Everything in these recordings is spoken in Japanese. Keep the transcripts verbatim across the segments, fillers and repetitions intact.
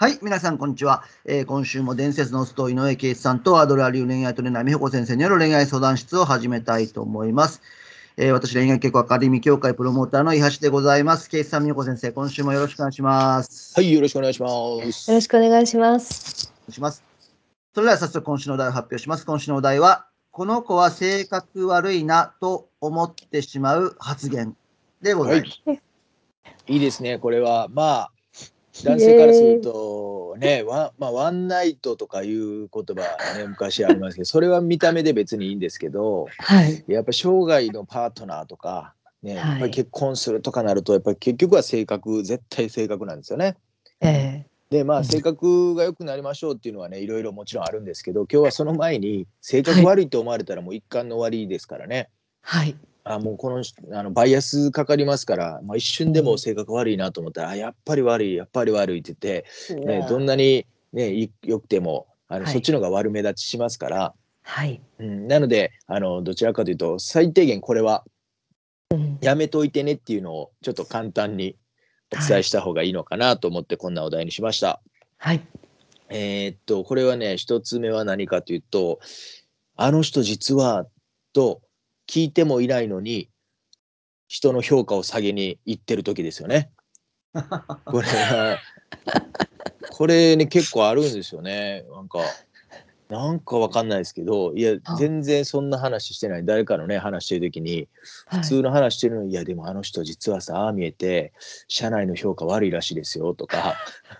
はい、皆さんこんにちは。えー今週も伝説のスト井上圭一さんとアドラー流恋愛トレーナー美穂子先生による恋愛相談室を始めたいと思います。えー私、恋愛結構アカデミー協会プロモーターの伊橋でございます。圭一さん、美穂子先生、今週もよろしくお願いします。 はい、よろしくお願いしまよろしす。 くお願いします。 お願いします。それでは早速今週のお題を発表します。今週のお題は、この子は性格悪いなと思ってしまう発言でごはい、 ざいます。 いいですね。これはまあイ男性からするエーイ。 とね、ワン、まあ、ワンナイトとかいう言葉ね、昔ありますけど、それは見た目で別にいいんですけど、 はい。 やっぱり生涯のパートナーとかね、やっぱりはい。 結婚するとかなると、やっぱり結局は性格、絶対性格なんですよね。 えで、まあうん性格が良くなりましょうっていうのはね、いろいろもちろんあるんですけど、今日はその前に性ー、はい。 格悪いと思われたらもう一貫の終わりですからね。 はい。 あ、もうこの人あのバイアスかかりますから、まあ、一瞬でもうん。 性格悪いなと思ったら、あ、やっぱり悪い、やっぱり悪いって言って、 うね、どんわなに、ね、い良くてもあのはい。 そっちの方が悪目立ちしますから、 はい。 うん、なのであのどちらかというと最低限これはうん。 やめといてねっていうのをちょっと簡単におはい。 伝えした方がいいのかなと思ってこんなお題にしました。 はい。 えーっとこれはね、一つ目は何かというと、あの人実はと聞いてもいないのに人の評価を下げに行ってる時ですよね。これは、これね、結構あるんですよね。なんか、なんかわかんないですけど、いや、 は全然そんな話してない。誰かのね、話してる時に、普はい。 通の話してるのに、いや、でもあの人実はさ、ああ見えて、社内の評価悪いらしいですよ、とか、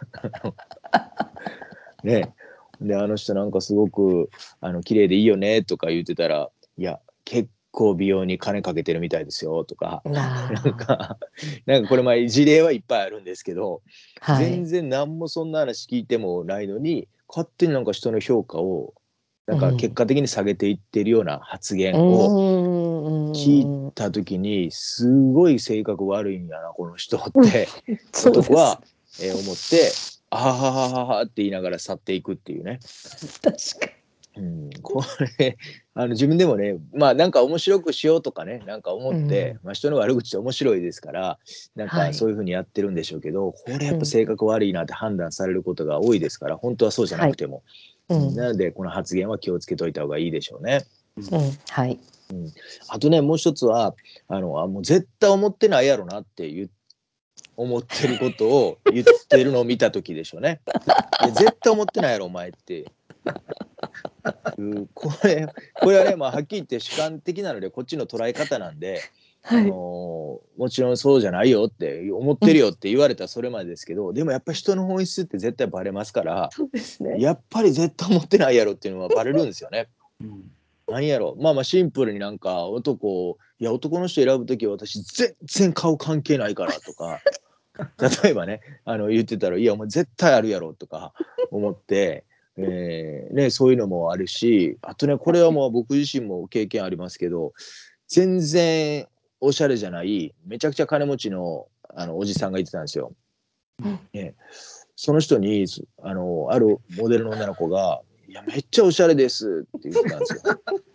ね。で、あの人なんかすごく、あの、綺麗でいいよね、とか言ってたら、いや、結構美容に金かけてるみたいですよ、とか、なんなか、なんかこれまあ事例はいっぱいあるんですけど、 あ。はい。 全然何もそんな話聞いてもないのに、勝手になんか人の評価を、なんか結うん。 果的に下げていってるような発う言を聞いーん。 た時に、すごい性格悪いんやな、この人ってそうです。 男は、えー思って、あはははははって言いながら去っていくっていうね。 確かうん、これあの自分でもね、まあなんか面白くしようとかね、なんか思っに。うて、 ん。 まあ、人の悪口って面白いですから、なんはい。 かそういうふうにやってるんでしょうけど、これやっぱうん。 性格悪いなって判断されることが多いですから、本当はそうじゃなはい。 くても。うん、なうん。 のでこの発言は気をつけといた方がいいでしょうね。 うん。はい。 あとね、もう一つは、あの、あ、もう絶対思ってないやろなって言う思ってることを言ってるのを見た時でしょうね。いや、絶対思ってないやろ、お前っていうこれこれはね、まあ、はっきり言って主観的なのでこっちの捉え方なんで、あのはい。 もちろんそうじゃないよって思っうん。 てるよって言われたらそれまでですけど、でもやっぱり人の本質って絶対バレますから、 そうですね。 やっぱり絶対思ってないやろっていうのはバレるんですよね。 うん何やろ、まあまあシンプルになんか男、いや男の人選ぶ時は私全然顔関係ないからとか、例えばね、あの言ってたら、いや、お前絶対あるやろとか思って、えーね、そういうのもあるし、あとね、これはもう僕自身も経験ありますけど、全然おしゃれじゃない、めちゃくちゃ金持ちのあのおじさんがいてたんですよ。ね、その人に、あの、あるモデルの女の子が、いや、めっちゃおしゃれですって言ったんですよ。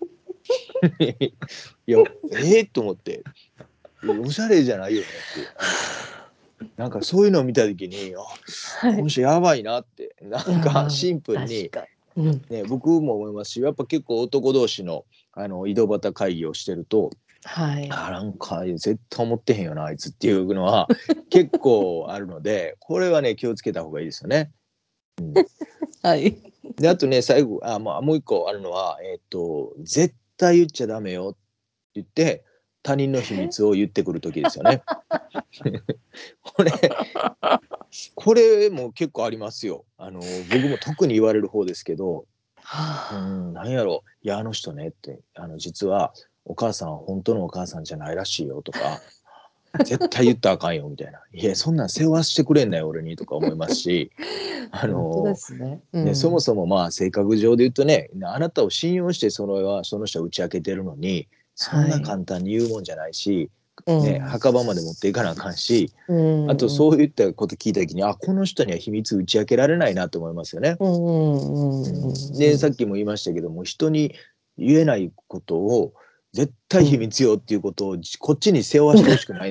いや、えー、と思って、おしゃれじゃないよねって。なんかそういうのを見た時に、あ、 はい。 この人やばいなって、なんかああ、 シンプルに、 確かに。うん。 ね、僕も思いますし、やっぱ結構男同士のあの井戸端会議をしてると、 はい。 あ、なんか絶対思ってへんよな、あいつっていうのは結構あるので、これはね、気をつけた方がいいですよね。 はい。 で、あとね、最後、あ、まあ、もう一個あるのは、えっと、絶対言っちゃダメよって言って、他人の秘密を言ってくる時ですよね。これ、これも結構ありますよ。あの、僕も特に言われる方ですけど、うはん、なんやろ、いや、あの人ねって、あの、実はお母さんは本当のお母さんじゃないらしいよとか、絶対言ったらあかんよみたいな。いや、そんなん世話してくれんなよ、俺にとか思いますし、 あ。 あ本当での、 すね。うね、そもん。 そもまあ性格上で言うとね、あなたを信用してそれはその人は打ち明けてるのに、そんなはい。 簡単に言うもんじゃないし、ね、 うん。 墓場まで持っていかなあかんし、 うあとん。うん。 そういったこと聞いた時に、あ、この人には秘密打ち明けられないなと思いますよね。 うん。 ううん。 ん、で、さっきも言いましたけども、人に言えないことを絶対秘うん。 密よっていうことをこっちに背負わしてほしくないんですよ。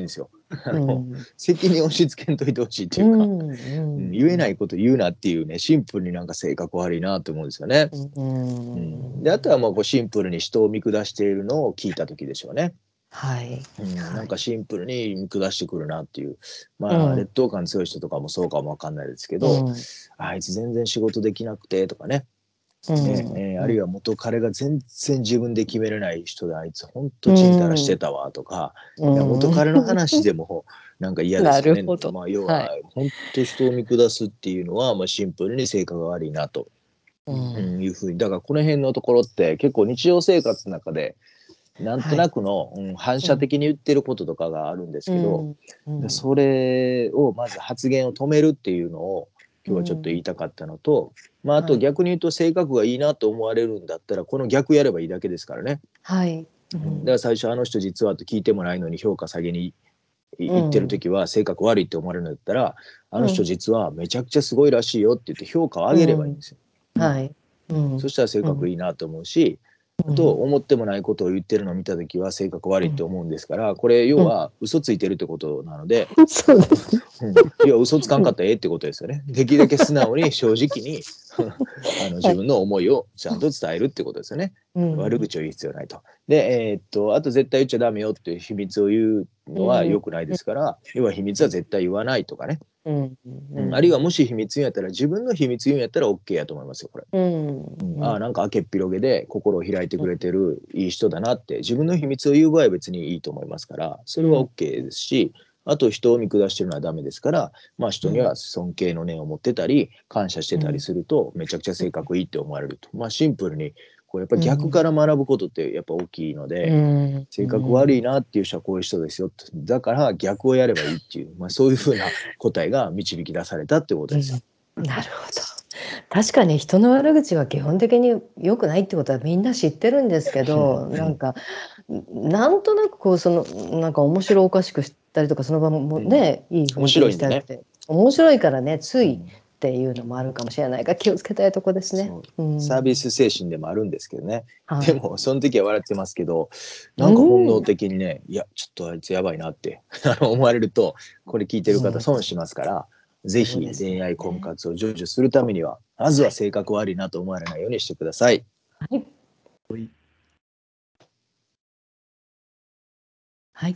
あのうん責任押し付けんといてほしいっていうか、うん言えないこと言うなっていうね、シンプルになんか性格悪いなと思うんですよね。 ううんん、であとはもうこうシンプルに人を見下しているのを聞いた時でしょうね。 はいうん、 はいなんかシンプルに見下してくるなっていう、まあ、 うん劣等感強い人とかもそうかもわかんないですけうど、 んあいつ全然仕事できなくてとかね、 うんねえーあるいは元彼が全然自分で決めれない人で、あいつほんとうちんたらしてんたわとか、 ういや元ん彼の話でもなんか嫌ですよね。 なるほどまあ、要ははい本当人を見下すっていうのは、まあ、シンプルに性格が悪いなと、 ううん、 んいうふうに、だからこの辺のところって結構日常生活の中でなんとなくの、うん、反射的に言ってることとかがあるんですけど、 うんうんでそれをまず発言を止めるっていうのを今日はちょっと言いたかったのと、まあ、あと逆に言うと性格がいいなと思われるんだったらこの逆やればいいだけですからね。 はいうん、だから最初あの人実はと聞いてもないのに評価下げにい言ってるうん時は性格悪いって思われるんだったら、あの人うん実はめちゃくちゃすごいらしいよって言って評価を上げればいいんですよ。 はいうんそしたら性格いいなと思うし、あと思ってもないことを言ってるのを見た時は性格悪いって思うんですから、これ要は嘘ついてるってことなので、 そうですねうん、要は嘘つかんかったらええってことですよね。できるだけ素直に正直にあの自分の思いをちゃんと伝えるってことですよね。悪口を言う必要ないと。で、えーっとあと絶対言っちゃダメよっていう秘密を言うのは良くないですから、要は秘密は絶対言わないとかね。 うんうん、あるいはもし秘密言うんやったら自分の秘密言うんやったら OK やと思いますよこれ。 うんうん、ああなんか明けっ広げで心を開いてくれてるいい人だなって自分の秘密を言う場合は別にいいと思いますからそれは OK ですし、あと人を見下してるのはダメですから、まあ、人には尊敬の念を持ってたり感謝してたりするとめちゃくちゃ性格いいって思われると、まあ、シンプルにこうやっぱ逆から学ぶことってやっぱ大きいので、 うん性格悪いなっていう人はこういう人ですよだから逆をやればいいっていう、まあ、そういうふうな答えが導き出されたってことですよ。 なるほど。確かに人の悪口は基本的に良くないってことはみんな知ってるんですけど、なんかなんとなくこうそのなんか面白おかしくしたりとかその場もね、いい雰囲気にしたりって面白いからねついっていうのもあるかもしれないから気をつけたいとこですね。 そうサービス精神でもあるんですけどね、 はいでもその時は笑ってますけどなんか本能的にね、いやちょっとあいつやばいなって思われるとこれ聞いてる方損しますから、ぜひ恋愛婚活を成就するためにはまずは性格悪いなと思われないようにしてください。 はいはい。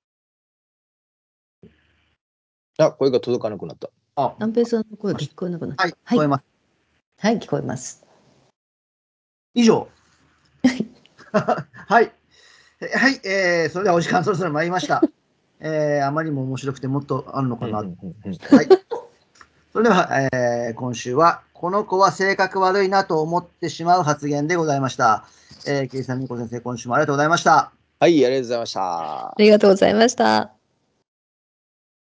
あ、声が届かなくなった。 あ、 安平さんの声が聞こえなくなっはい、 た。 聞こえます。 はい、聞こえます。 以上。はい。はい、えー、それではお時間そろそろ参りました。えー、あまりにも面白くてもっとあるのかな。はい。それでは、えー、今週は、この子は性格悪いなと思ってしまう発言でございました。えー、ケイさん、ミコ先生、今週もありがとうございました。 はい、ありがとうございました。 ありがとうございました。